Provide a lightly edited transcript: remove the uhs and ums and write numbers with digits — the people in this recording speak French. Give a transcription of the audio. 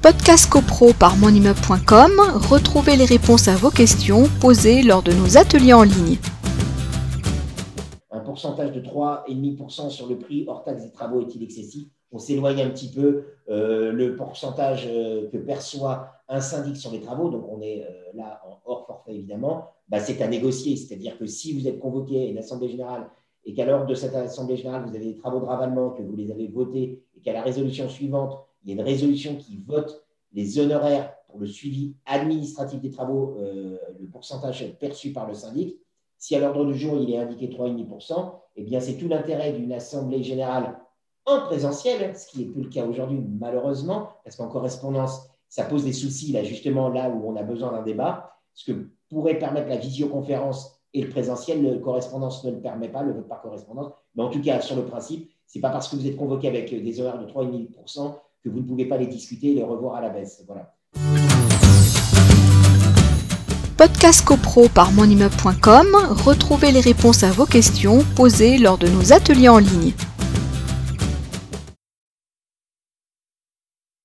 Podcast CoPro par monimmeuble.com, retrouvez les réponses à vos questions posées lors de nos ateliers en ligne. Un pourcentage de 3,5% sur le prix hors taxe des travaux est-il excessif? On s'éloigne un petit peu. Le pourcentage que perçoit un syndic sur les travaux, donc on est là en hors forfait évidemment, c'est à négocier. C'est-à-dire que si vous êtes convoqué à une assemblée générale et qu'à l'heure de cette assemblée générale, vous avez des travaux de ravalement, que vous les avez votés et qu'à la résolution suivante, il y a une résolution qui vote les honoraires pour le suivi administratif des travaux, le pourcentage perçu par le syndic, si à l'ordre du jour, il est indiqué 3,5%, eh bien, c'est tout l'intérêt d'une assemblée générale en présentiel, ce qui n'est plus le cas aujourd'hui, malheureusement, parce qu'en correspondance, ça pose des soucis, là, justement, là où on a besoin d'un débat. Ce que pourrait permettre la visioconférence et le présentiel, le correspondance ne le permet pas, le vote par correspondance. Mais en tout cas, sur le principe, ce n'est pas parce que vous êtes convoqué avec des horaires de 3,5% que vous ne pouvez pas les discuter et les revoir à la baisse. Voilà. Podcast CoPro par monimmeuble.com, retrouvez les réponses à vos questions posées lors de nos ateliers en ligne.